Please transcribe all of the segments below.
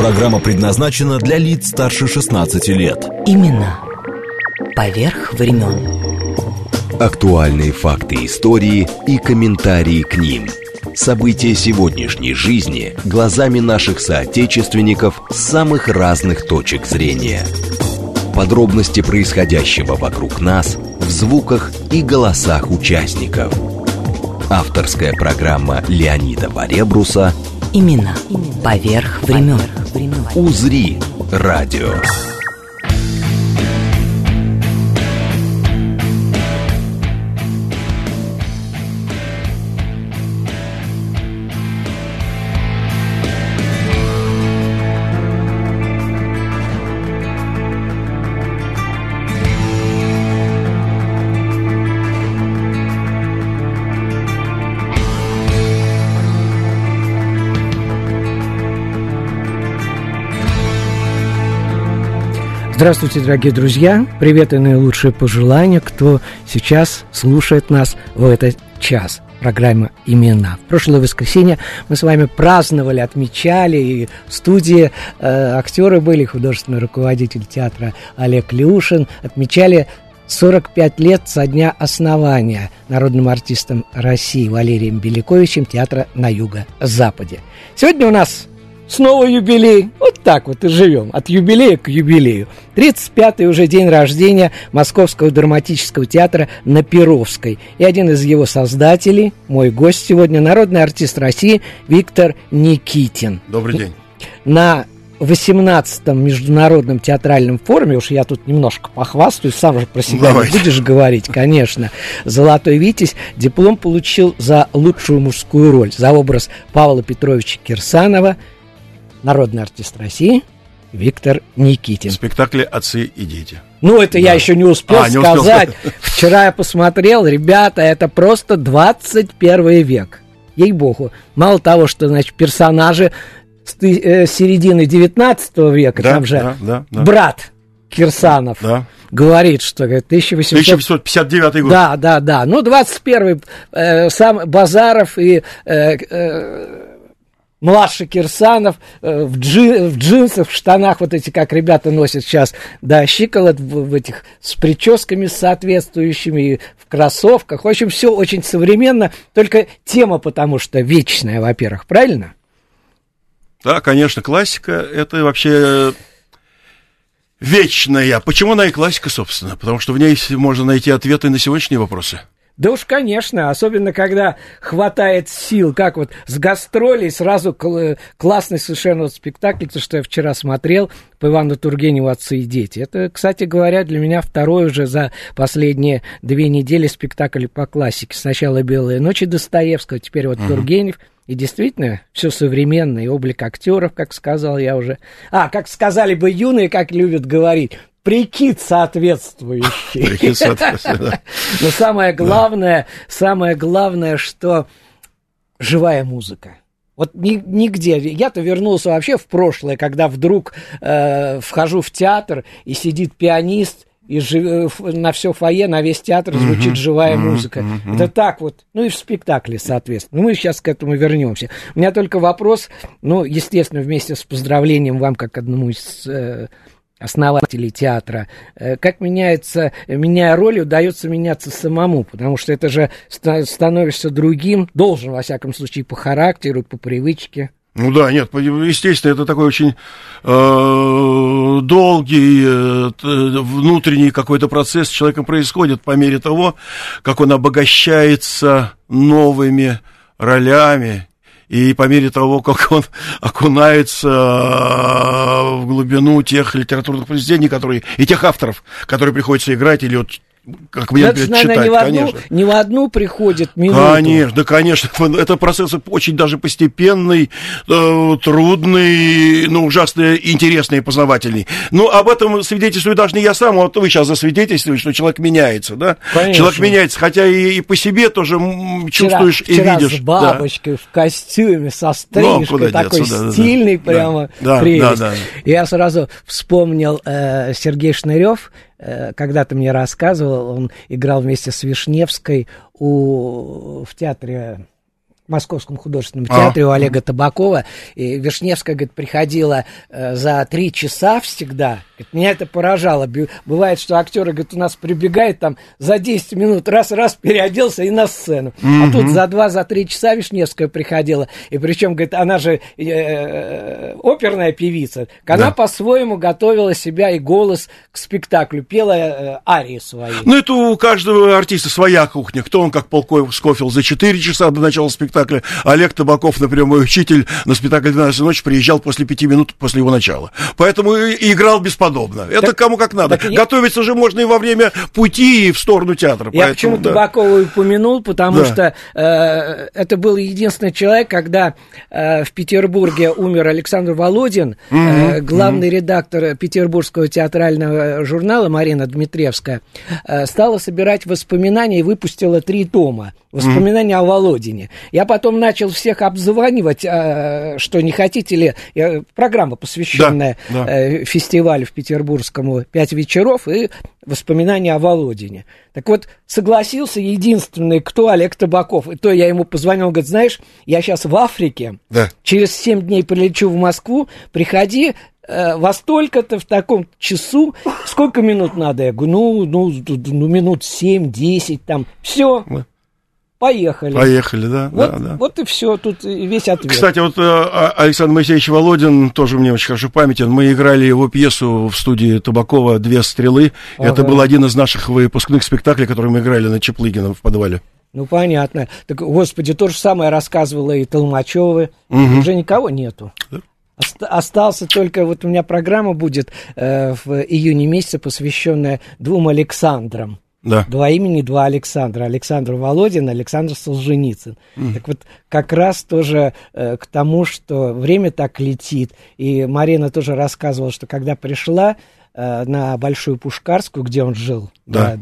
Программа предназначена для лиц старше 16 лет. Имена поверх времен. Актуальные факты истории и комментарии к ним. События сегодняшней жизни глазами наших соотечественников с самых разных точек зрения. Подробности происходящего вокруг нас в звуках и голосах участников. Авторская программа Леонида Баребруса Имена поверх времен. «Узри радио». Здравствуйте, дорогие друзья! Привет и наилучшие пожелания, кто сейчас слушает нас в этот час. Программа «Имена». В прошлое воскресенье мы с вами праздновали, отмечали, и в студии актеры были, художественный руководитель театра Олег Люшин, отмечали 45 лет со дня основания народным артистом России Валерием Беляковичем театра на Юго-Западе. Сегодня у нас снова юбилей. Вот так вот и живем. От юбилея к юбилею. 35-й уже день рождения Московского драматического театра на Перовской. И один из его создателей, мой гость сегодня, народный артист России Виктор Никитин. Добрый день. На 18-м международном театральном форуме, уж я тут немножко похвастаюсь, сам же про себя не будешь говорить, конечно, «Золотой Витязь» диплом получил за лучшую мужскую роль, за образ Павла Петровича Кирсанова, народный артист России Виктор Никитин. В спектакле «Отцы и дети». Ну, это я еще не успел сказать. Вчера я посмотрел, ребята, это просто 21 век. Ей-богу. Мало того, что, значит, персонажи с середины 19 века, там же брат Кирсанов говорит, что 1859 год. Да. Ну, 21-й сам Базаров и младший Кирсанов в джинсах, в штанах, вот эти, как ребята носят сейчас, до щиколот, в этих с прическами соответствующими, в кроссовках. В общем, все очень современно, только тема потому что вечная, во-первых, правильно? Да, конечно, классика — это вообще вечная. Почему она и классика, собственно? Потому что в ней можно найти ответы на сегодняшние вопросы. Да уж, конечно, особенно когда хватает сил, как вот с гастролей сразу классный совершенно вот спектакль, то, что я вчера смотрел по Ивану Тургеневу «Отцы и дети». Это, кстати говоря, для меня второй уже за последние 2 недели спектакль по классике. Сначала «Белые ночи» Достоевского, теперь вот Тургенев. И действительно, все современное, и облик актеров, как сказал я уже. Как сказали бы юные, как любят говорить, прикид соответствующий. Но самое главное, что живая музыка. Вот нигде. Я-то вернулся вообще в прошлое, когда вдруг вхожу в театр, и сидит пианист, и на все фойе, на весь театр звучит живая музыка. Это так вот. Ну и в спектакле, соответственно. Мы сейчас к этому вернемся. У меня только вопрос, естественно, вместе с поздравлением вам, как одному из основателей театра, как меняя роль, удается меняться самому, потому что это же становишься другим, должен, во всяком случае, по характеру, по привычке. Ну да, нет, естественно, это такой очень долгий внутренний какой-то процесс с человеком происходит по мере того, как он обогащается новыми ролями, и по мере того, как он окунается в глубину тех литературных произведений, и тех авторов, которые приходится играть или как мне читать, конечно. Не в одну приходит минуту. Конечно. Это процесс очень даже постепенный, трудный, ужасно интересный и познавательный. Об этом свидетельствую даже не я сам, а вот вы сейчас засвидетельствуете, что человек меняется, да? Конечно. Человек меняется, хотя и по себе тоже чувствуешь и видишь. Вчера с бабочкой, в костюме, со стрижкой, такой стильный, прямо прелесть. Да. Я сразу вспомнил Сергей Шнырёв, когда-то мне рассказывал, он играл вместе с Вишневской в театре Московском художественном театре у Олега Табакова, и Вишневская, говорит, приходила за 3 часа всегда. Говорит, меня это поражало. Бывает, что актеры, говорит, у нас прибегает там за 10 минут, раз переоделся и на сцену. А тут за 2-3 часа Вишневская приходила. И причем, говорит, она же оперная певица. Она по-своему готовила себя и голос к спектаклю, пела арии свои. Ну, это у каждого артиста своя кухня. Кто он, как Полков Скофилл, за 4 часа до начала спектакля. Олег Табаков, например, мой учитель, на спектакль «12 ночи» приезжал после 5 минут после его начала. Поэтому и играл бесподобно. Это так, кому как надо. Готовиться же можно и во время пути, и в сторону театра. Я почему Табакова упомянул, потому что это был единственный человек, когда в Петербурге умер Александр Володин, главный редактор петербургского театрального журнала Марина Дмитриевская, стала собирать воспоминания и выпустила 3 тома. Воспоминания о Володине. Я потом начал всех обзванивать, что не хотите ли... Программа, посвященная фестивалю в Петербургскому «5 вечеров» и воспоминания о Володине. Так вот, согласился единственный, кто Олег Табаков. И то я ему позвонил, он говорит, знаешь, я сейчас в Африке, через 7 дней прилечу в Москву, приходи во столько-то, в таком часу, сколько минут надо? Я говорю, ну минут 7-10, там, все. Поехали, да. Вот и все, тут весь ответ. Кстати, вот Александр Моисеевич Володин, тоже мне очень хорошо памятен, мы играли его пьесу в студии Табакова «Две стрелы». Это был один из наших выпускных спектаклей, который мы играли на Чаплыгина в подвале. Ну, понятно. Так, господи, то же самое рассказывала и Толмачёва. Уже никого нету. Остался только, вот у меня программа будет в июне месяце, посвященная 2 Александрам. 2 имени, 2 Александра. Александр Володин, Александр Солженицын. Так вот, как раз тоже к тому, что время так летит. И Марина тоже рассказывала, что когда пришла на Большую Пушкарскую, где он жил до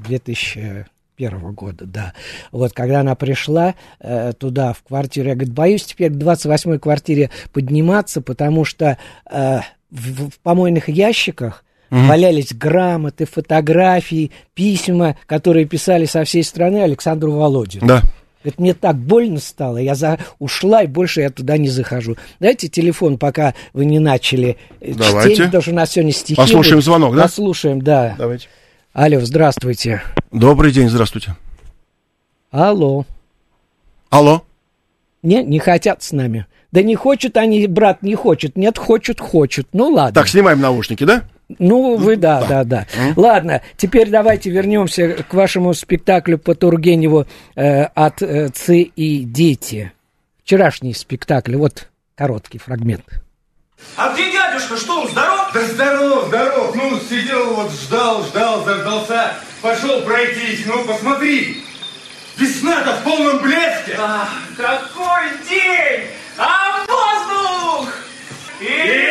2001 года, вот, когда она пришла туда, в квартиру, я, говорит, боюсь теперь к 28-й квартире подниматься, потому что в помойных ящиках валялись грамоты, фотографии, письма, которые писали со всей страны Александру Володину. Говорит, мне так больно стало, я ушла, и больше я туда не захожу. Дайте телефон, пока вы не начали чтение, потому что у нас сегодня стихи. Послушаем звонок, да? Послушаем, да. Давайте. Алло, здравствуйте. Добрый день, здравствуйте. Алло. Не хотят с нами. Да не хочет они, брат, не хочет. Нет, хочет. Ну, ладно. Так, снимаем наушники, да? Ну, вы, да. Ладно, теперь давайте вернемся к вашему спектаклю по Тургеневу «Отцы и дети». Вчерашний спектакль, вот короткий фрагмент. А где дядюшка? Что, он здоров? Да здоров. Ну, сидел вот, ждал, заждался. Пошел пройтись, ну, посмотри. Весна-то в полном блеске. Какой день! А воздух! И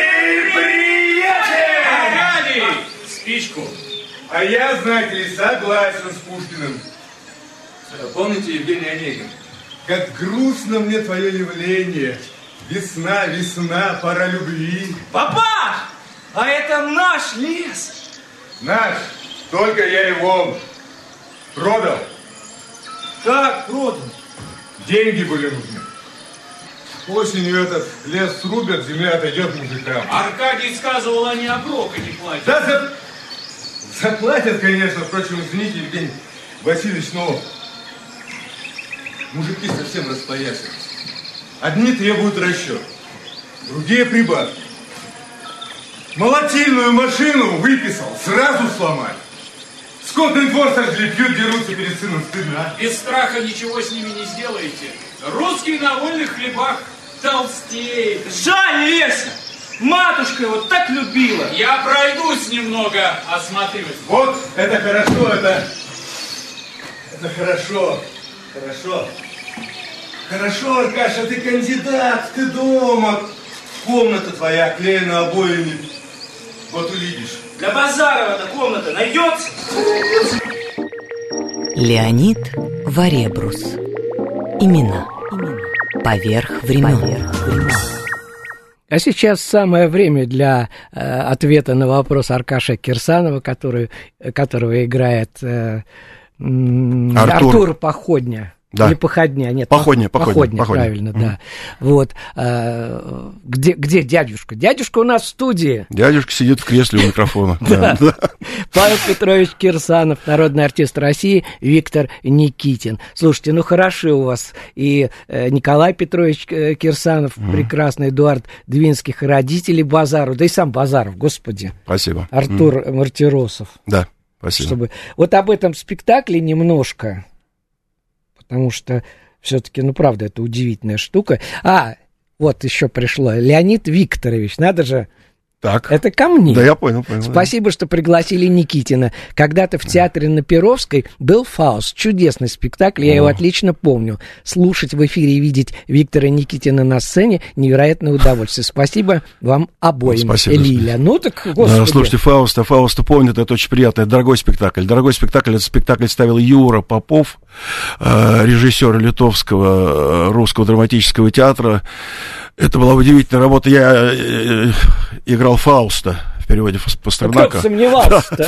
приятель! Спичку. А я, знаете ли, согласен с Пушкиным. Помните Евгений Онегин? Как грустно мне твое явление. Весна, пора любви. Папа! А это наш лес. Наш. Только я его продал. Как продал? Деньги были нужны. Осенью этот лес срубят, земля отойдет мужикам. Аркадий сказывал, они оброка не платят. Да, заплатят, конечно. Впрочем, извините, Евгений Васильевич, но мужики совсем распоясались. Одни требуют расчет, другие прибавки. Молотильную машину выписал, сразу сломали. Скотный двор сожгли, пьют, дерутся перед сыном, стыдно. Без страха ничего с ними не сделаете. Русский на вольных хлебах толстеет. Жаль леса! Матушка его так любила. Я пройдусь немного, осмотрюсь. Вот, это хорошо, это хорошо. Хорошо, Аркаша, ты кандидат, ты дома. Комната твоя оклеена обоями. Вот увидишь. Для Базарова-то комната найдется? Леонид Варебрус. Имена. Поверх времен. А сейчас самое время для ответа на вопрос Аркаша Кирсанова, которого играет Артур Походня. Да. Или походня? Нет, походня, правильно, да. Вот. Где дядюшка? Дядюшка у нас в студии. Дядюшка сидит в кресле у микрофона. Павел Петрович Кирсанов, народный артист России, Виктор Никитин. Слушайте, ну хороши у вас и Николай Петрович Кирсанов, прекрасный Эдуард Двинских, и родители Базару, да и сам Базаров, господи. Спасибо. Артур Мартиросов. Да, спасибо. Вот об этом спектакле немножко... Потому что все-таки, ну, правда, это удивительная штука. Вот еще пришло. Леонид Викторович, надо же... Так. Это ко мне. Да, я понял. Спасибо, что пригласили Никитина. Когда-то в театре на Перовской был «Фауст». Чудесный спектакль, я его отлично помню. Слушать в эфире и видеть Виктора Никитина на сцене — невероятное удовольствие. Спасибо вам обоим. Спасибо. Лиля. Ну так, господи. Да, слушайте, Фауста помнит, это очень приятно. Это дорогой спектакль. Этот спектакль ставил Юра Попов, режиссер Литовского русского драматического театра. Это была удивительная работа. Я играл Фауста в переводе Пастернака. Кто сомневался-то?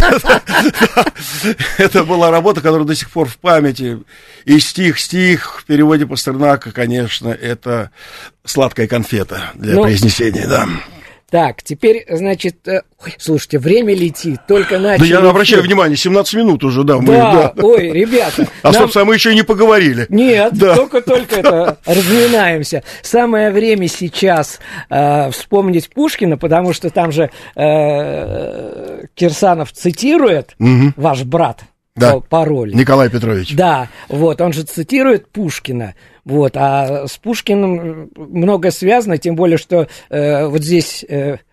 Это была работа, которая до сих пор в памяти. И стих в переводе Пастернака, конечно, это сладкая конфета для произнесения, да. Так, теперь, значит, слушайте, время летит, только начали... Да я обращаю внимание, 17 минут уже, да. Ой, ребята. Собственно, мы еще и не поговорили. Нет, только это разминаемся. Самое время сейчас вспомнить Пушкина, потому что там же Кирсанов цитирует, ваш брат, по роли. Николай Петрович. Да, вот, он же цитирует Пушкина. Вот, а с Пушкиным много связано, тем более, что вот здесь,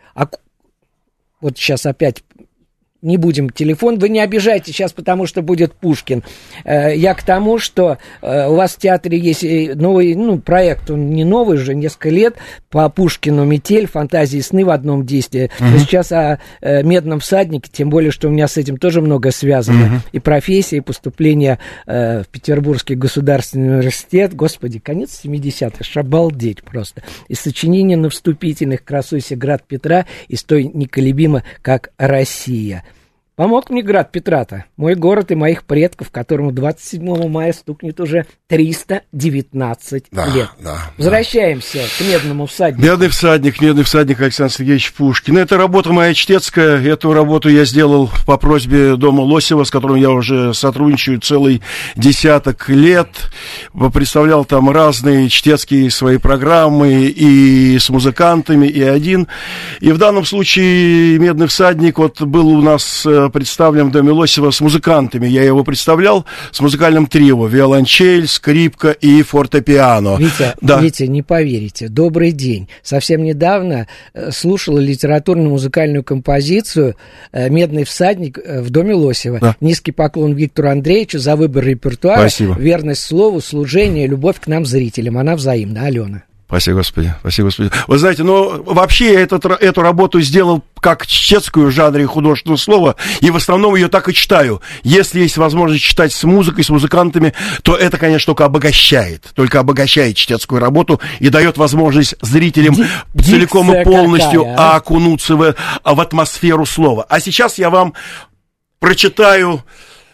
вот сейчас опять не будем телефон, вы не обижайте сейчас, потому что будет Пушкин. Я к тому, что у вас в театре есть новый, проект, он не новый, уже несколько лет, по Пушкину «Метель», «Фантазии и сны» в одном действии. Но сейчас о «Медном всаднике», тем более, что у меня с этим тоже много связано. И профессия, и поступление в Петербургский государственный университет. Господи, конец 70-х, обалдеть просто. И сочинение на вступительных «Красуйся, град Петра» и «Стой неколебимо, как Россия». Помог мне град Петра-то, мой город и моих предков, которому 27 мая стукнет уже 319 лет. Возвращаемся к «Медному всаднику». Медный всадник Александр Сергеевич Пушкин. Это работа моя чтецкая. Эту работу я сделал по просьбе Дома Лосева, с которым я уже сотрудничаю целый десяток лет. Представлял там разные чтецкие свои программы и с музыкантами, и один. И в данном случае «Медный всадник» вот был у нас представлен в Доме Лосева с музыкантами. Я его представлял с музыкальным трио: виолончель, скрипка и фортепиано. Витя, не поверите, добрый день. Совсем недавно слушала литературно-музыкальную композицию «Медный всадник» в Доме Лосева. Да. Низкий поклон Виктору Андреевичу за выбор репертуара. Спасибо. Верность слову, служение, любовь к нам, зрителям. Она взаимна. Алена. Спасибо, Господи. Вы знаете, вообще я эту работу сделал как чтецкую в жанре художественного слова, и в основном ее так и читаю. Если есть возможность читать с музыкой, с музыкантами, то это, конечно, только обогащает чтецкую работу и дает возможность зрителям целиком и полностью окунуться в атмосферу слова. А сейчас я вам прочитаю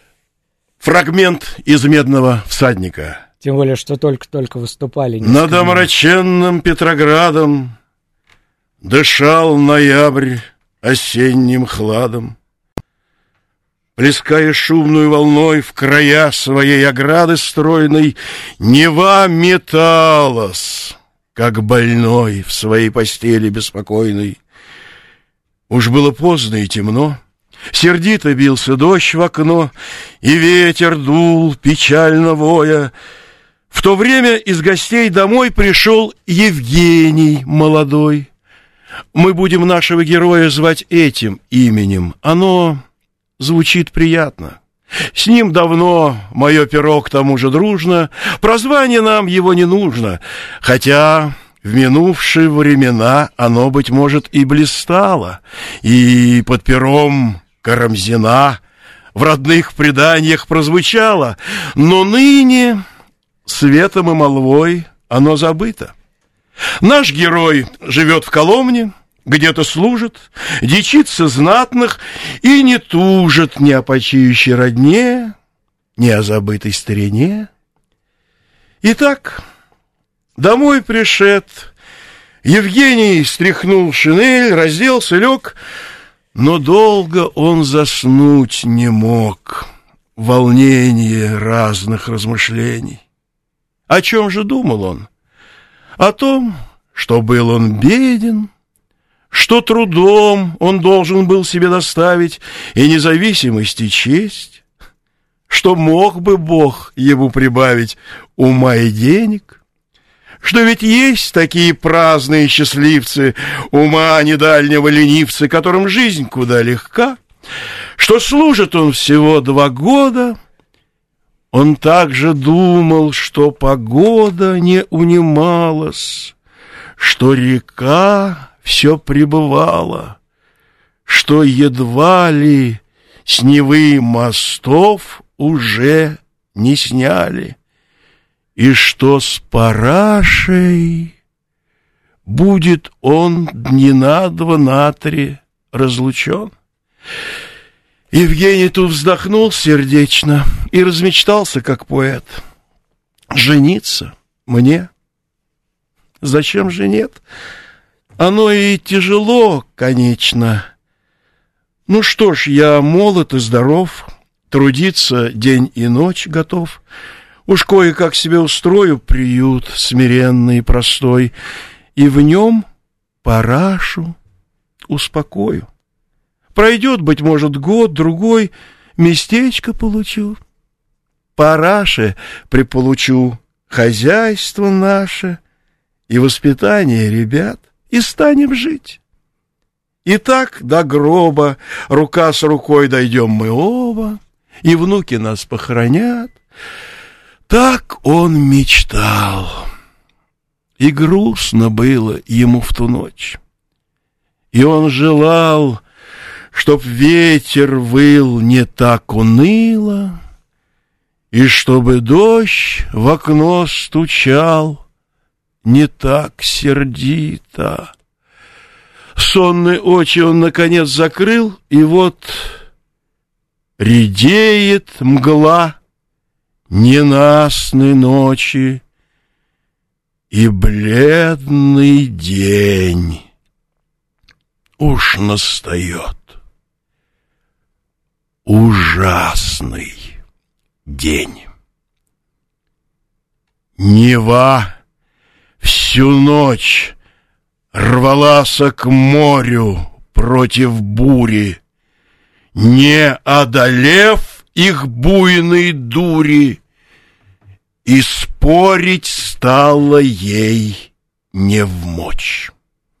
фрагмент из «Медного всадника». Тем более, что только-только выступали. Над омраченным Петроградом дышал ноябрь осенним хладом, плеская шумную волной в края своей ограды стройной, Нева металась, как больной в своей постели беспокойной. Уж было поздно и темно, сердито бился дождь в окно, и ветер дул, печально воя. В то время из гостей домой пришел Евгений молодой. Мы будем нашего героя звать этим именем. Оно звучит приятно. С ним давно мое перо к тому же дружно. Прозвание нам его не нужно, хотя в минувшие времена оно, быть может, и блистало, и под пером Карамзина в родных преданиях прозвучало, но ныне светом и молвой оно забыто. Наш герой живет в Коломне, где-то служит, дичится знатных и не тужит ни о почиющей родне, ни о забытой старине. Итак, домой пришед, Евгений стряхнул шинель, разделся, лег, но долго он заснуть не мог. Волнение разных размышлений. О чем же думал он? О том, что был он беден, что трудом он должен был себе доставить и независимость, и честь, что мог бы Бог ему прибавить ума и денег, что ведь есть такие праздные счастливцы, ума недальнего ленивцы, которым жизнь куда легка, что служит он всего 2 года. Он также думал, что погода не унималась, что река все прибывала, что едва ли с Невы мостов уже не сняли, и что с Парашей будет он дни на 2, на 3 разлучен. Евгений тут вздохнул сердечно и размечтался, как поэт. Жениться мне? Зачем же нет? Оно и тяжело, конечно. Ну что ж, я молод и здоров, трудиться день и ночь готов. Уж кое-как себе устрою приют смиренный и простой, и в нем Парашу успокою. Пройдет, быть может, год, другой, местечко получу. Параше приполучу хозяйство наше и воспитание ребят, и станем жить. И так до гроба рука с рукой дойдем мы оба, и внуки нас похоронят. Так он мечтал, и грустно было ему в ту ночь. И он желал, чтоб ветер выл не так уныло, и чтобы дождь в окно стучал не так сердито. Сонные очи он, наконец, закрыл, и вот редеет мгла ненастной ночи, и бледный день уж настает. Ужасный день. Нева всю ночь рвалась к морю против бури, не одолев их буйной дури, и спорить стало ей невмочь.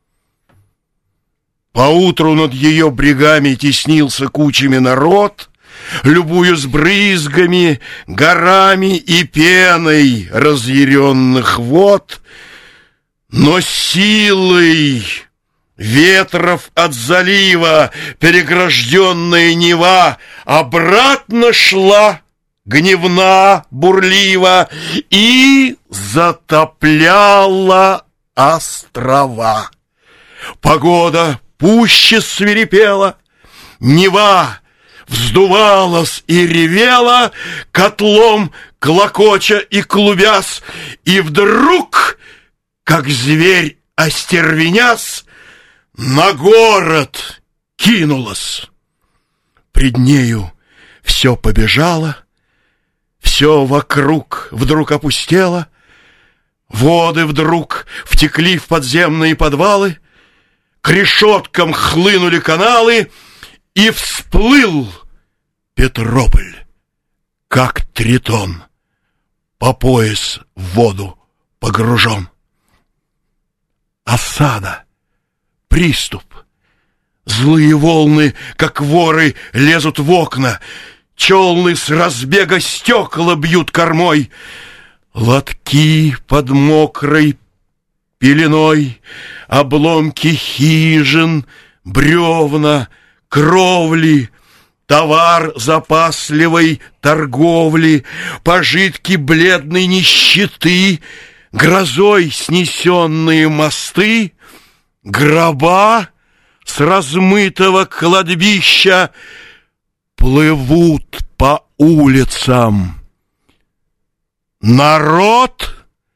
Поутру над ее брегами теснился кучами народ, любуясь брызгами, горами и пеной разъяренных вод, но силой ветров от залива перегражденная Нева обратно шла, гневна, бурлива, и затопляла острова. Погода пуще свирепела, Нева вздувалась и ревела, котлом клокоча и клубясь, и вдруг, как зверь остервенясь, на город кинулась. Пред нею все побежало, все вокруг вдруг опустело, воды вдруг втекли в подземные подвалы, к решеткам хлынули каналы, и всплыл Петрополь, как Тритон, по пояс в воду погружен. Осада, приступ, злые волны, как воры, лезут в окна, челны с разбега стекла бьют кормой, лотки под мокрой пеленой, обломки хижин, бревна, кровли, товар запасливой торговли, пожитки бледной нищеты, грозой снесенные мосты, гроба с размытого кладбища плывут по улицам. Народ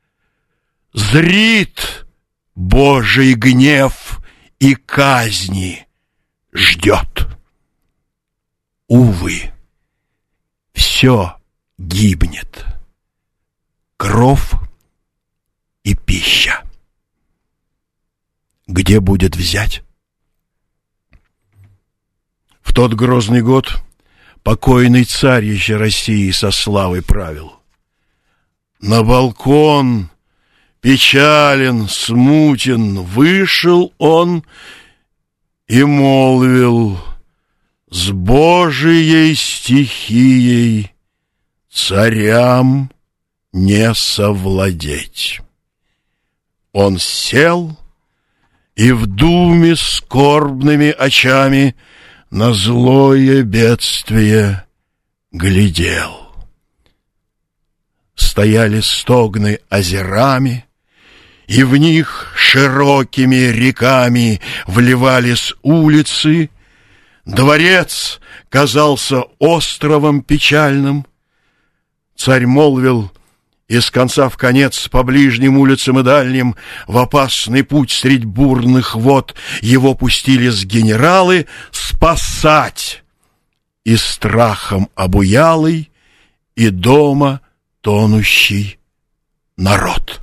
зрит Божий гнев и казни ждет. Увы, все гибнет. Кров и пища. Где будет взять? В тот грозный год покойный царь еще России со славой правил. На балкон, печален, смутен, вышел он и молвил: с Божией стихией царям не совладеть. Он сел и в думе скорбными очами на злое бедствие глядел. Стояли стогны озерами, и в них широкими реками вливались улицы. Дворец казался островом печальным. Царь молвил: из конца в конец по ближним улицам и дальним в опасный путь средь бурных вод его пустились генералы спасать и страхом обуялый, и дома тонущий народ.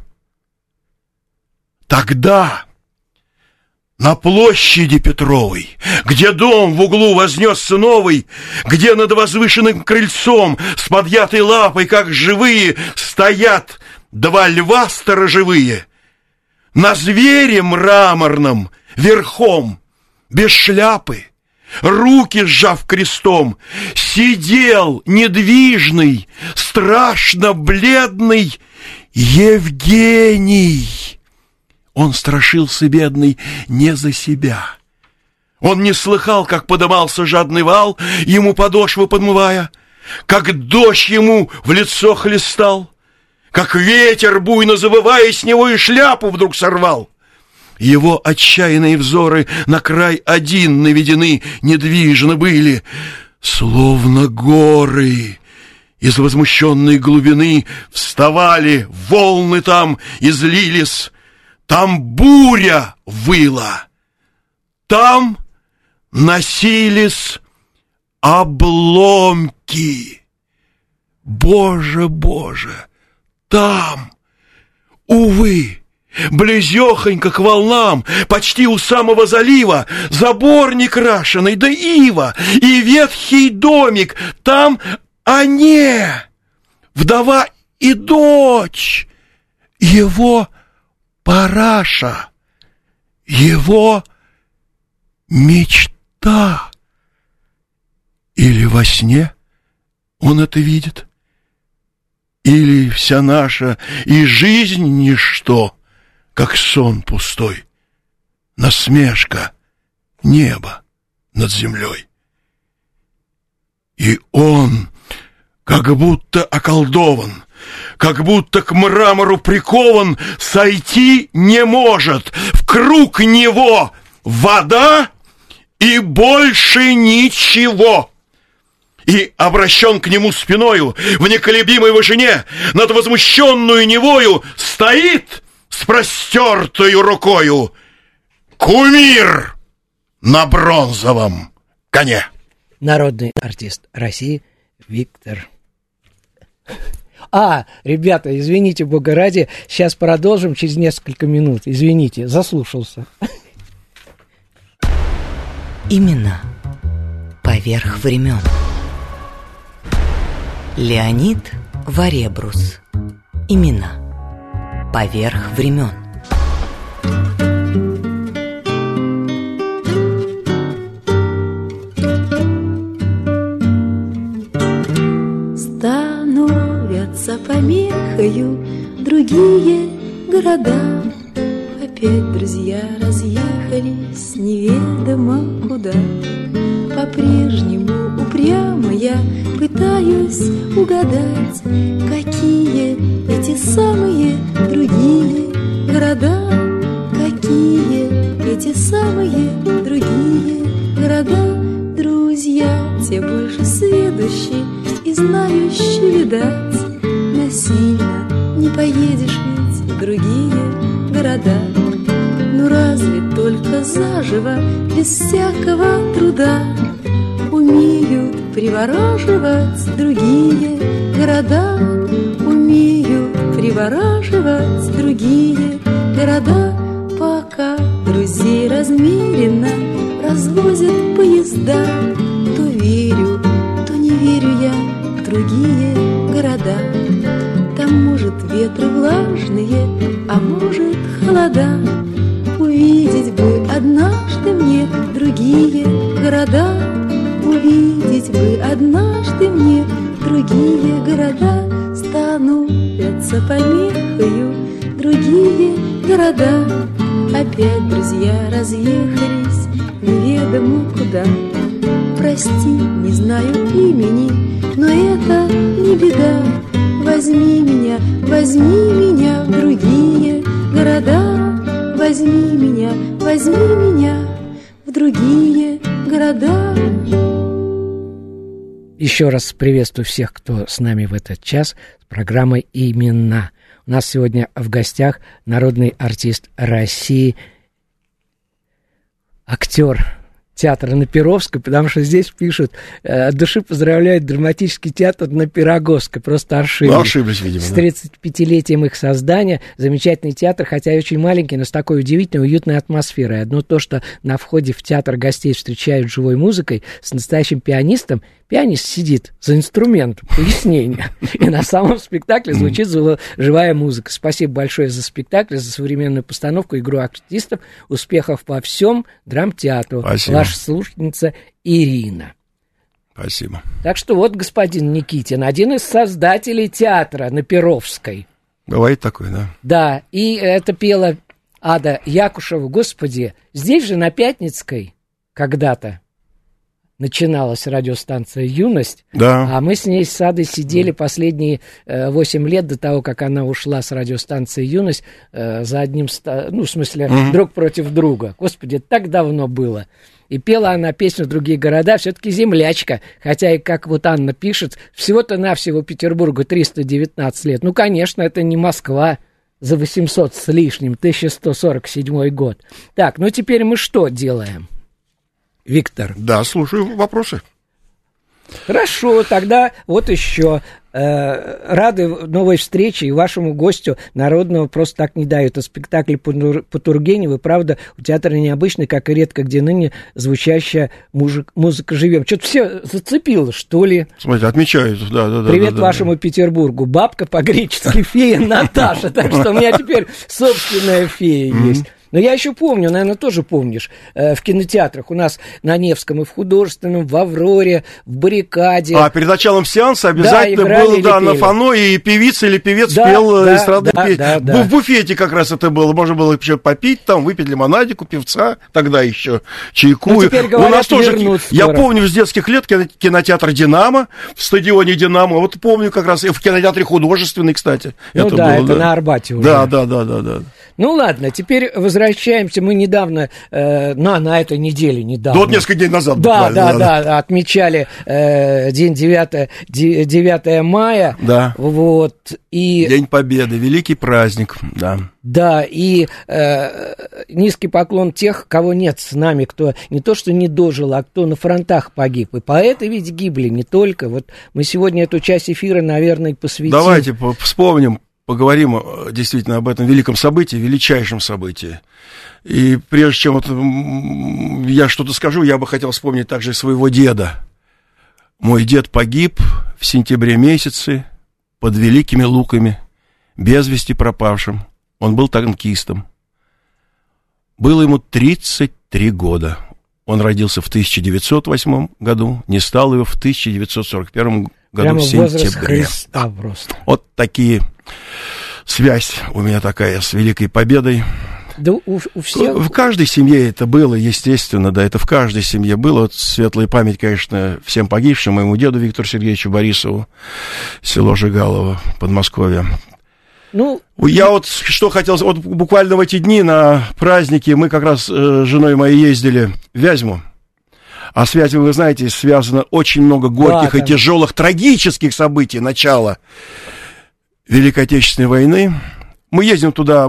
Тогда на площади Петровой, где дом в углу вознесся новый, где над возвышенным крыльцом с подъятой лапой, как живые, стоят два льва сторожевые, на звере мраморном верхом, без шляпы, руки сжав крестом, сидел недвижный, страшно бледный Евгений. Он страшился, бедный, не за себя. Он не слыхал, как подымался жадный вал, ему подошвы подмывая, как дождь ему в лицо хлестал, как ветер, буйно завывая, с него и шляпу вдруг сорвал. Его отчаянные взоры на край один наведены, недвижно были, словно горы. Из возмущенной глубины вставали волны там и злились. Там буря выла, там носились обломки. Боже, Боже, там, увы, близехонько к волнам, почти у самого залива, забор некрашенный, да ива, и ветхий домик, там они, вдова и дочь, его параша, его мечта. Или во сне он это видит, или вся наша и жизнь ничто, как сон пустой, насмешка неба над землей. И он, как будто околдован, как будто к мрамору прикован, сойти не может. В круг него вода и больше ничего. И обращен к нему спиною в неколебимой вышине, над возмущенную Невою стоит с простертою рукою кумир на бронзовом коне. Народный артист России Виктор. Ребята, извините, бога ради, сейчас продолжим через несколько минут. Извините, заслушался. Имена поверх времен. Леонид Варебрус. Имена поверх времен. Становятся помехою другие города. Опять друзья разъехались неведомо куда. По-прежнему упрямо я пытаюсь угадать, какие эти самые другие города, какие эти самые другие города. Друзья, те больше сведущие и знающие, видать, насильно поедешь ведь в другие города. Ну разве только заживо, без всякого труда, умеют привораживать другие города, умеют привораживать другие города. Пока друзей размеренно развозят поезда, то верю, то не верю я в другие города. Там, может, ветры влажные, а может, холода. Увидеть бы однажды мне другие города, увидеть бы однажды мне другие города. Становятся помехою другие города. Опять друзья разъехались неведомо куда. Прости, не знаю имени, но это не беда. Возьми меня в другие города. Возьми меня в другие города. Еще раз приветствую всех, кто с нами в этот час с программой «Имена». У нас сегодня в гостях народный артист России, актер театра на Перовской, потому что здесь пишут: от души поздравляют драматический театр на Пироговской. Просто ошиблись. Ну, ошиблись, видимо. С 35-летием их создания. Замечательный театр, хотя и очень маленький, но с такой удивительной, уютной атмосферой. Одно то, что на входе в театр гостей встречают живой музыкой с настоящим пианистом. Пианист сидит за инструментом, пояснение. И на самом спектакле звучит живая музыка. Спасибо большое за спектакль, за современную постановку, игру артистов. Успехов во всем драмтеатру. Спасибо. Ваша слушательница Ирина. Спасибо. Так что вот господин Никитин, один из создателей театра на Перовской. Бывает такое, да? Да, и это пела Ада Якушева. Господи, здесь же на Пятницкой когда-то начиналась радиостанция «Юность», да. А мы с ней с Адой сидели последние 8 лет до того, как она ушла с радиостанции «Юность», за одним, ну, в смысле, друг против друга. Господи, это так давно было. И пела она песню «Другие города», все-таки землячка, хотя и, как вот Анна пишет, всего-то навсего Петербургу 319 лет. Ну, конечно, это не Москва за 800 с лишним, 1147 год. Так, ну теперь мы что делаем? Виктор. Да, слушаю вопросы. Хорошо, тогда вот еще. Рады новой встрече и вашему гостю народного просто так не дают. А спектакль по Тургеневу, правда, у театра необычный, как и редко где ныне звучащая музыка «Живем». Что-то все зацепило, что ли? Смотрите, отмечают, да. Привет вашему Петербургу. Бабка по-гречески фея Наташа. Так что у меня теперь собственная фея есть. Но я еще помню, наверное, тоже помнишь, в кинотеатрах у нас на Невском и в Художественном, в Авроре, в Баррикаде. А перед началом сеанса обязательно было, да, на фано, и певица или певец пел эстрадную песню. В буфете как раз это было. Можно было еще попить там, выпить лимонадик у певца, тогда еще чайку. Ну, теперь, говорят, у нас тоже, я скоро. помню с детских лет кинотеатр «Динамо», в стадионе «Динамо». Вот помню как раз, и в кинотеатре «Художественный», кстати. Ну это да, было, это на Арбате уже. Да. Ну ладно, теперь возвращаемся. Мы недавно, на этой неделе недавно. Вот несколько дней назад. Да, отмечали день 9 мая. Да. Вот, и... День Победы, великий праздник, да. Да, и низкий поклон тех, кого нет с нами, кто не то что не дожил, а кто на фронтах погиб. И поэты ведь гибли не только. Вот мы сегодня эту часть эфира, наверное, посвятим. Давайте вспомним. Поговорим действительно об этом великом событии, величайшем событии. И прежде чем вот я что-то скажу, я бы хотел вспомнить также своего деда. Мой дед погиб в сентябре месяце под Великими Луками, без вести пропавшим. Он был танкистом. Было ему 33 года. Он родился в 1908 году, не стал его в 1941 году прямо в сентябре. Возраст Христа просто. Вот такие... Связь у меня такая с Великой Победой. Да у всех... В каждой семье это было, естественно, да, это в каждой семье было. Вот светлая память, конечно, всем погибшим, моему деду Виктору Сергеевичу Борисову, село Жигалово, Подмосковье. Ну, я вот что хотел, вот буквально в эти дни на праздники мы как раз с женой моей ездили в Вязьму. А с Вязьмой, вы знаете, связано очень много горьких и тяжелых, трагических событий начала Великой Отечественной войны. Мы ездим туда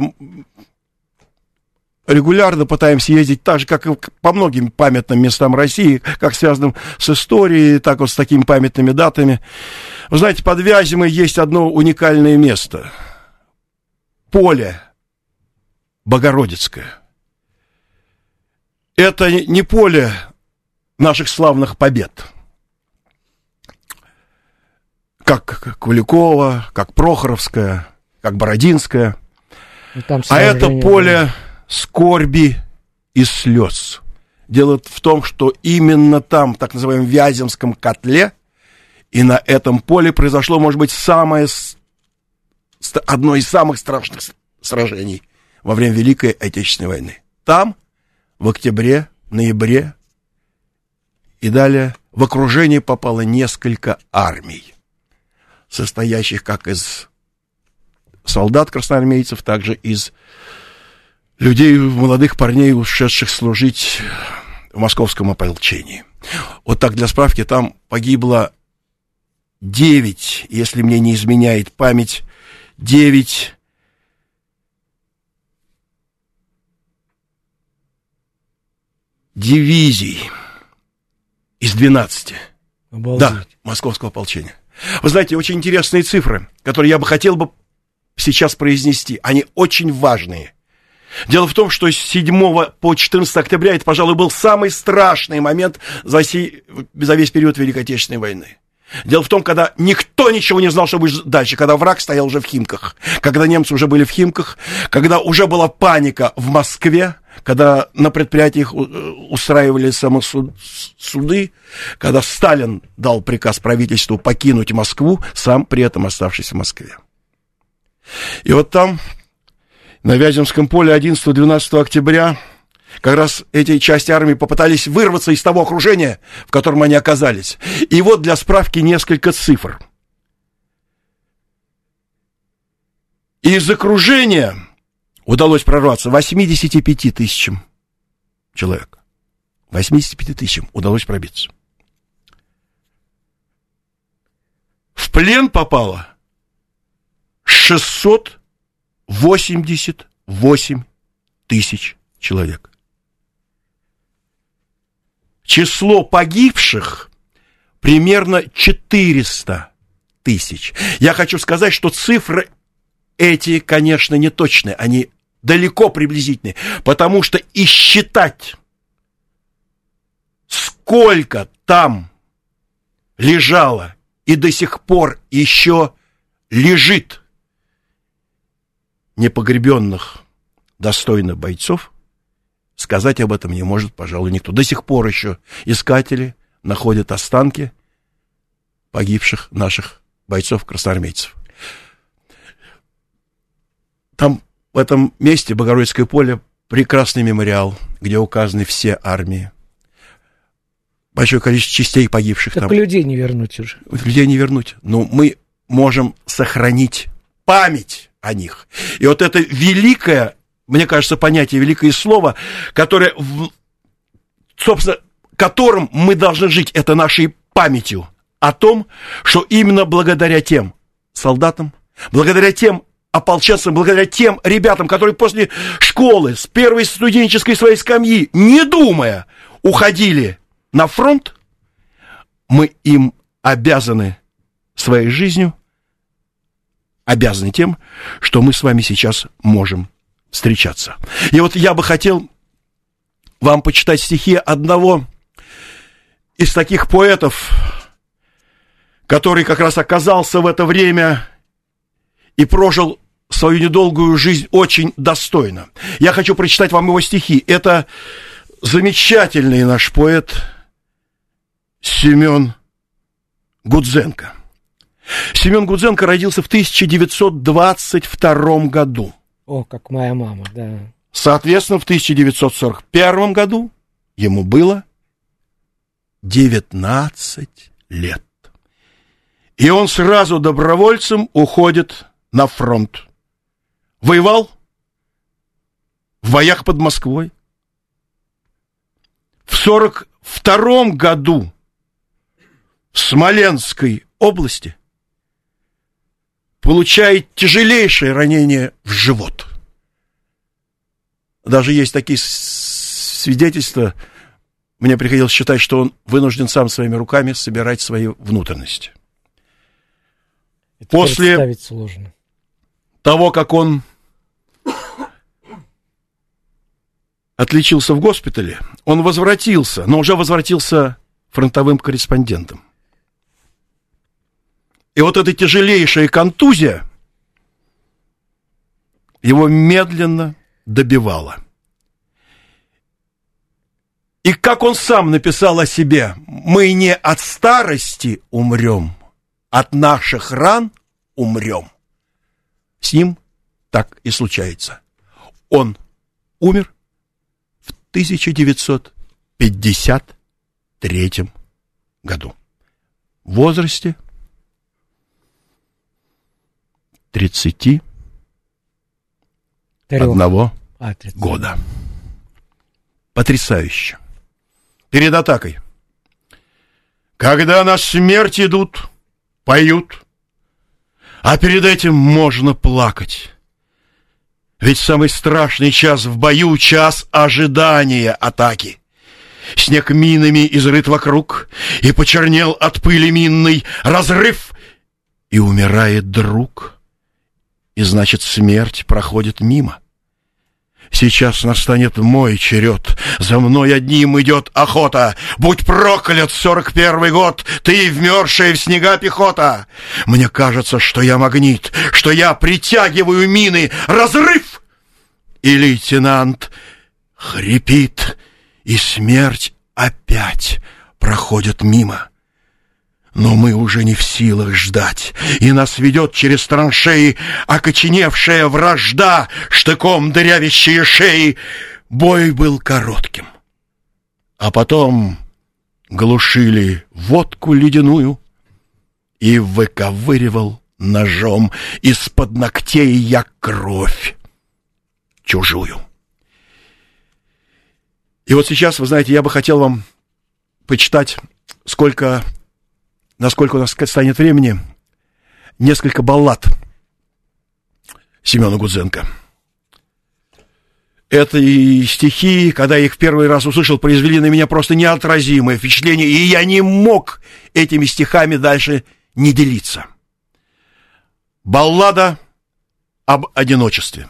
регулярно, пытаемся ездить так же, как и по многим памятным местам России, как связанным с историей, так вот с такими памятными датами. Вы знаете, под Вязьмой есть одно уникальное место. Поле Богородицкое. Это не поле наших славных побед, как Куликова, как Прохоровская, как Бородинская. А это поле скорби и слез. Дело в том, что именно там, в так называемом Вяземском котле, и на этом поле произошло, может быть, одно из самых страшных сражений во время Великой Отечественной войны. Там, в октябре, ноябре и далее, в окружение попало несколько армий, состоящих как из солдат-красноармейцев, так же из людей, молодых парней, ушедших служить в московском ополчении. Вот так, для справки, там погибло 9, если мне не изменяет память, 9 дивизий из 12. Обалдеть. Да, московского ополчения. Вы знаете, очень интересные цифры, которые я бы хотел бы сейчас произнести. Они очень важные. Дело в том, что с 7 по 14 октября это, пожалуй, был самый страшный момент за весь период Великой Отечественной войны. Дело в том, когда никто ничего не знал, что будет дальше, когда враг стоял уже в Химках, когда немцы уже были в Химках, когда уже была паника в Москве, когда на предприятиях устраивали самосуды, когда Сталин дал приказ правительству покинуть Москву, сам при этом оставшись в Москве. И вот там, на Вяземском поле 11-12 октября, как раз эти части армии попытались вырваться из того окружения, в котором они оказались. И вот для справки несколько цифр. Из окружения удалось прорваться 85 тысячам человек. 85 тысячам удалось пробиться. В плен попало 688 тысяч человек. Число погибших примерно 400 тысяч. Я хочу сказать, что цифры эти, конечно, не точные, они далеко приблизительные, потому что и считать, сколько там лежало и до сих пор еще лежит непогребенных достойных бойцов, сказать об этом не может, пожалуй, никто. До сих пор еще искатели находят останки погибших наших бойцов-красноармейцев. Там, в этом месте, Богородицкое поле, прекрасный мемориал, где указаны все армии. Большое количество частей погибших. Так там. Людей не вернуть уже. Людей не вернуть. Но мы можем сохранить память о них. И вот это великое, мне кажется, понятие, великое слово, которое, собственно, которым мы должны жить, это нашей памятью о том, что именно благодаря тем солдатам, благодаря тем ополченцам, благодаря тем ребятам, которые после школы, с первой студенческой своей скамьи, не думая, уходили на фронт, мы им обязаны своей жизнью, обязаны тем, что мы с вами сейчас можем встречаться. И вот я бы хотел вам почитать стихи одного из таких поэтов, который как раз оказался в это время и прожил свою недолгую жизнь очень достойно. Я хочу прочитать вам его стихи. Это замечательный наш поэт Семен Гудзенко. Семен Гудзенко родился в 1922 году. О, как моя мама, да. Соответственно, в 1941 году ему было 19 лет. И он сразу добровольцем уходит на фронт. Воевал в боях под Москвой. В 1942 году в Смоленской области получает тяжелейшее ранение в живот. Даже есть такие свидетельства. Мне приходилось считать, что он вынужден сам своими руками собирать свои внутренности. Это После представить сложно. того, как он отличился в госпитале, он возвратился, но уже возвратился фронтовым корреспондентом. И вот эта тяжелейшая контузия его медленно добивала. И как он сам написал о себе: мы не от старости умрем, от наших ран умрем. С ним так и случается. Он умер в 1953 году в возрасте 31 года. Потрясающе. Перед атакой: когда на смерть идут, поют, а перед этим можно плакать. Ведь самый страшный час в бою — час ожидания атаки. Снег минами изрыт вокруг, и почернел от пыли минный разрыв, и умирает друг, и значит смерть проходит мимо. Сейчас настанет мой черед, за мной одним идет охота. Будь проклят 41-й год, ты вмерзшая в снега пехота. Мне кажется, что я магнит, что я притягиваю мины. Разрыв! И лейтенант хрипит, и смерть опять проходит мимо. Но мы уже не в силах ждать, и нас ведет через траншеи окоченевшая вражда, штыком дырявящие шеи. Бой был коротким, а потом глушили водку ледяную, и выковыривал ножом из-под ногтей я кровь чужую. И вот сейчас, вы знаете, я бы хотел вам почитать, насколько у нас станет времени, несколько баллад Семена Гудзенко. Это и стихи, когда я их в первый раз услышал, произвели на меня просто неотразимое впечатление, и я не мог этими стихами дальше не делиться. Баллада об одиночестве.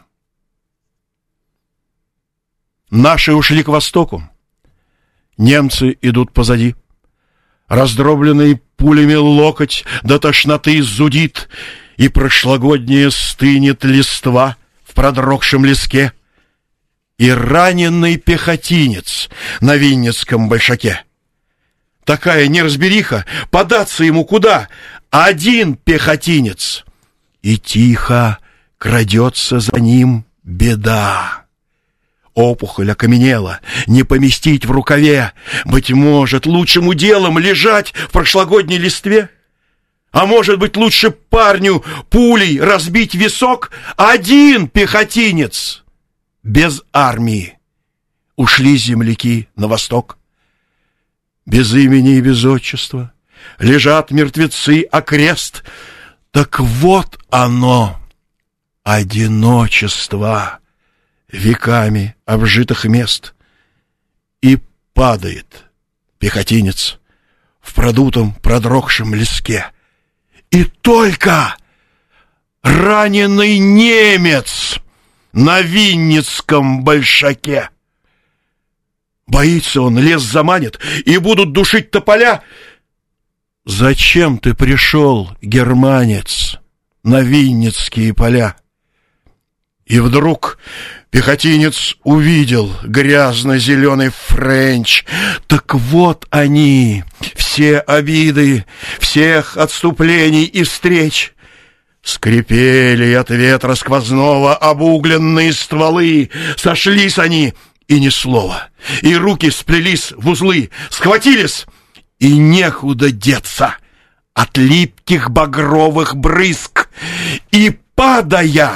Наши ушли к востоку, немцы идут позади. Раздробленный пулями локоть до тошноты зудит, и прошлогодняя стынет листва в продрогшем леске. И раненый пехотинец на Винницком большаке. Такая неразбериха, податься ему куда? Один пехотинец. И тихо крадется за ним беда. Опухоль окаменела, не поместить в рукаве. Быть может, лучшим уделом лежать в прошлогодней листве? А может быть, лучше парню пулей разбить висок? Один пехотинец без армии. Ушли земляки на восток. Без имени и без отчества лежат мертвецы окрест. Так вот оно, одиночество веками обжитых мест. И падает пехотинец в продутом продрогшем леске. И только раненый немец на Винницком большаке. Боится он, лес заманит, и будут душить тополя. Зачем ты пришел, германец, на Винницкие поля? И вдруг пехотинец увидел грязно-зеленый френч. Так вот они, все обиды, всех отступлений и встреч. Скрипели от ветра сквозного обугленные стволы. Сошлись они, и ни слова. И руки сплелись в узлы, схватились, и некуда деться от липких багровых брызг. И падая,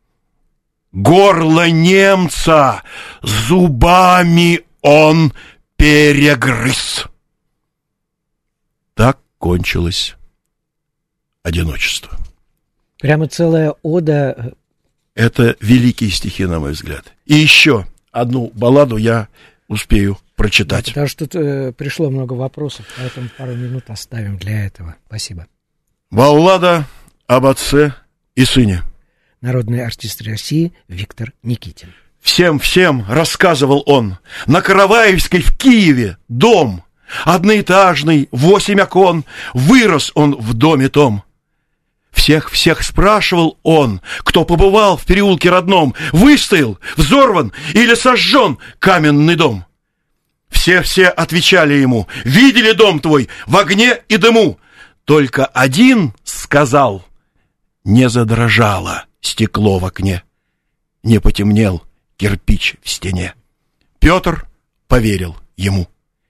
горло немца зубами он перегрыз. Так кончилось одиночество. Прямо целая ода. Это великие стихи, на мой взгляд. И еще одну балладу я успею прочитать. Потому что тут пришло много вопросов, поэтому пару минут оставим для этого. Спасибо. Баллада об отце и сыне. Народный артист России Виктор Никитин. Всем рассказывал он, на Караваевской в Киеве дом, одноэтажный, 8 окон, вырос он в доме том. Всех спрашивал он, кто побывал в переулке родном, выстоял, взорван или сожжен каменный дом. Все отвечали ему, видели дом твой в огне и дыму. Только один сказал, не задрожало стекло в окне, не потемнел кирпич в стене. Петр поверил ему.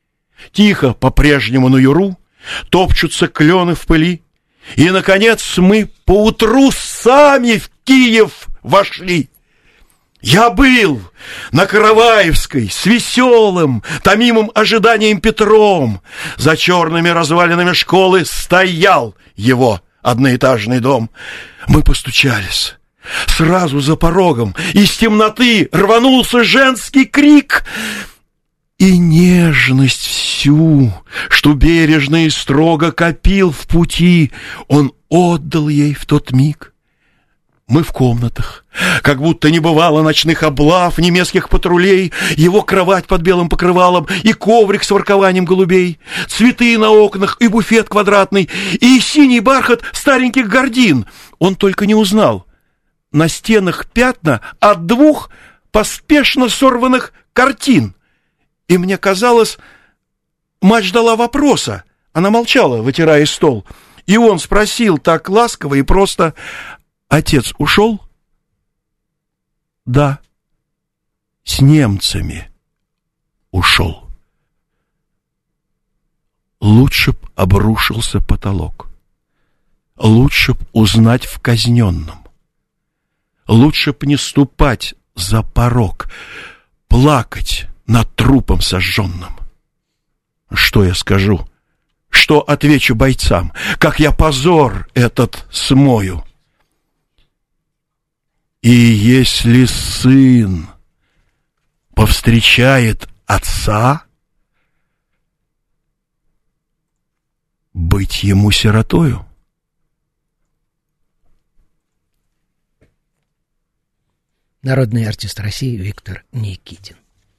Тихо по-прежнему на юру топчутся клены в пыли, и, наконец, мы поутру сами в Киев вошли. Я был на Караваевской с веселым, томимым ожиданием Петром. За черными развалинами школы стоял его одноэтажный дом. Мы постучались. Сразу за порогом из темноты рванулся женский крик. И нежность всю, что бережно и строго копил в пути, он отдал ей в тот миг. Мы в комнатах, как будто не бывало ночных облав, немецких патрулей, его кровать под белым покрывалом и коврик с воркованием голубей, цветы на окнах и буфет квадратный, и синий бархат стареньких гардин. Он только не узнал. На стенах пятна от 2 поспешно сорванных картин. И мне казалось, мать ждала вопроса. Она молчала, вытирая стол. И он спросил так ласково и просто: «Отец ушел?» «Да, с немцами ушел». Лучше б обрушился потолок. Лучше б узнать в казненном. Лучше б не ступать за порог, плакать над трупом сожженным. Что я скажу? Что отвечу бойцам? Как я позор этот смою? И если сын повстречает отца, быть ему сиротою? Народный артист России Виктор Никитин.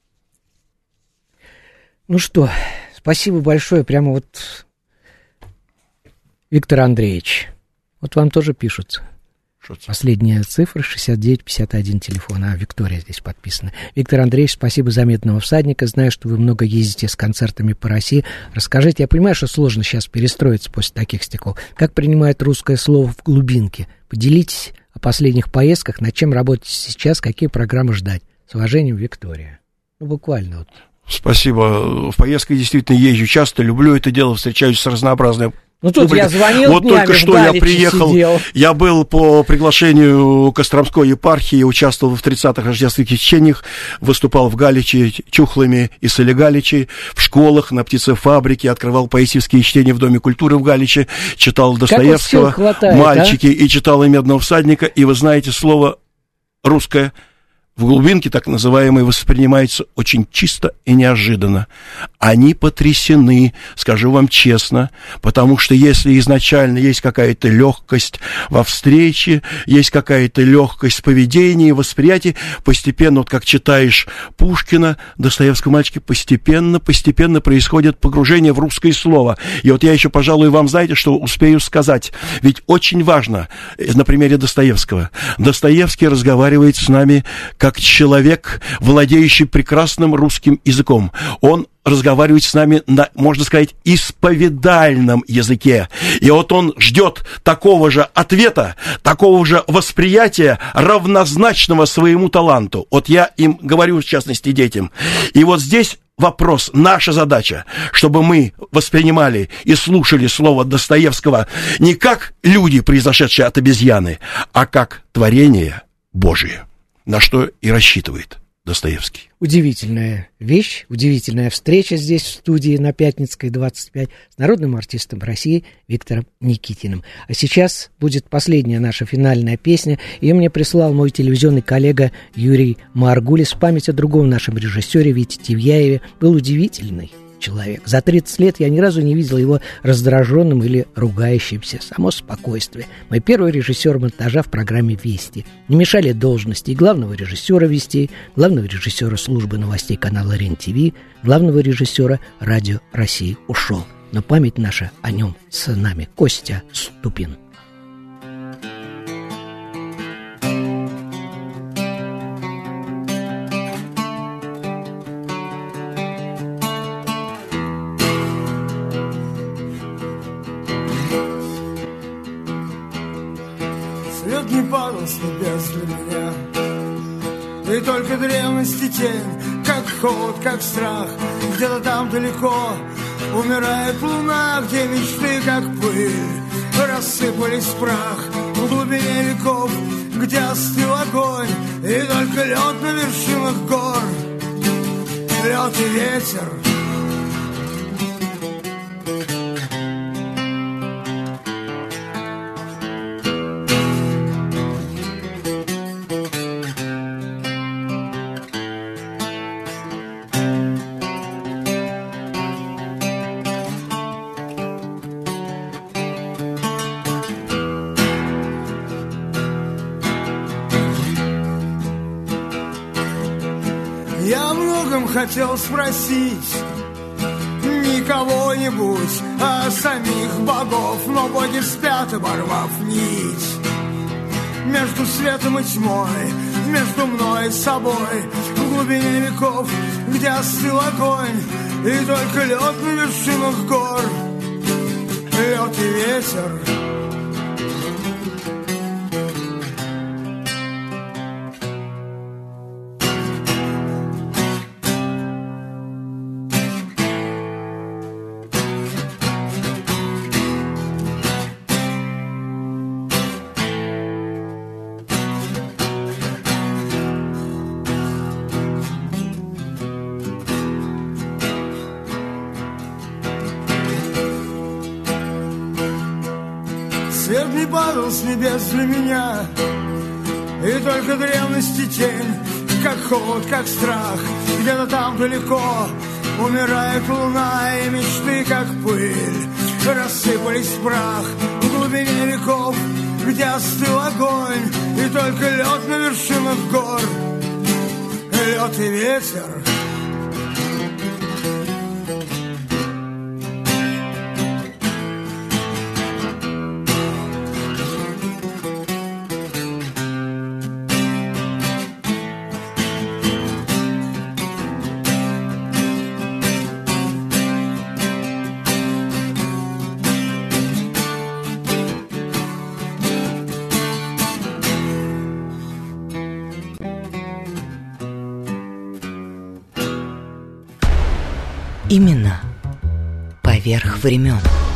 Ну что, спасибо большое. Прямо вот, Виктор Андреевич, вот вам тоже пишут. Последняя цифра 6951 телефона. Виктория здесь подписана. Виктор Андреевич, спасибо за «Медного всадника». Знаю, что вы много ездите с концертами по России. Расскажите, я понимаю, что сложно сейчас перестроиться после таких стихов. Как принимает русское слово в глубинке? Поделитесь о последних поездках, над чем работаете сейчас, какие программы ждать. С уважением, Виктория. Ну, буквально вот. Спасибо. В поездках действительно езжу часто, люблю это дело, встречаюсь с разнообразным. Ну, тут публикой. Я звонил вот днями, только что я приехал, сидел. Я был по приглашению Костромской епархии, участвовал в 30-х рождественских чтениях, выступал в Галичи, Чухлами и Солигаличи, в школах, на птицефабрике, открывал поэзийские чтения в Доме культуры в Галиче, читал Достоевского, хватает, «Мальчики», и читал и «Медного всадника», и вы знаете, слово русское в глубинке, так называемые, воспринимается очень чисто и неожиданно. Они потрясены, скажу вам честно, потому что если изначально есть какая-то легкость во встрече, есть какая-то легкость в поведении, восприятии, постепенно, вот как читаешь Пушкина, Достоевского, «Мальчики», постепенно происходит погружение в русское слово. И вот я еще, пожалуй, вам, знаете, что успею сказать. Ведь очень важно, на примере Достоевского. Достоевский разговаривает с нами как человек, владеющий прекрасным русским языком. Он разговаривает с нами на, можно сказать, исповедальном языке. И вот он ждет такого же ответа, такого же восприятия, равнозначного своему таланту. Вот я им говорю, в частности, детям. И вот здесь вопрос, наша задача, чтобы мы воспринимали и слушали слово Достоевского не как люди, произошедшие от обезьяны, а как творение Божие. На что и рассчитывает Достоевский. Удивительная вещь, удивительная встреча здесь, в студии на Пятницкой, 25, с народным артистом России Виктором Никитиным. А сейчас будет последняя наша финальная песня. Ее мне прислал мой телевизионный коллега Юрий Маргулис в память о другом нашем режиссере Вите Тивьяеве. Был удивительный человек. За 30 лет я ни разу не видел его раздраженным или ругающимся. Само спокойствие. Мой первый режиссер монтажа в программе «Вести». Не мешали должности и главного режиссера «Вести», главного режиссера службы новостей канала РЕН-ТВ, главного режиссера «Радио России» ушел. Но память наша о нем с нами. Костя Ступин. Свет не падал с небес для меня, и только древность и тень, как холод, как страх. Где-то там далеко умирает луна, где мечты, как пыль, рассыпались в прах. В глубине веков, где остыл огонь, и только лед на вершинах гор, лед и ветер. Я о многом хотел спросить, не кого-нибудь, а самих богов, но боги спят, оборвав нить между светом и тьмой, между мной и собой. В глубине веков, где остыл огонь, и только лед на вершинах гор, лед и ветер. Свет не падал с небес для меня, и только древность и тень, как холод, как страх. Где-то там далеко умирает луна, и мечты, как пыль, рассыпались в прах. В глубине веков, где остыл огонь, и только лед на вершинах гор, лед и ветер. Имена поверх времен.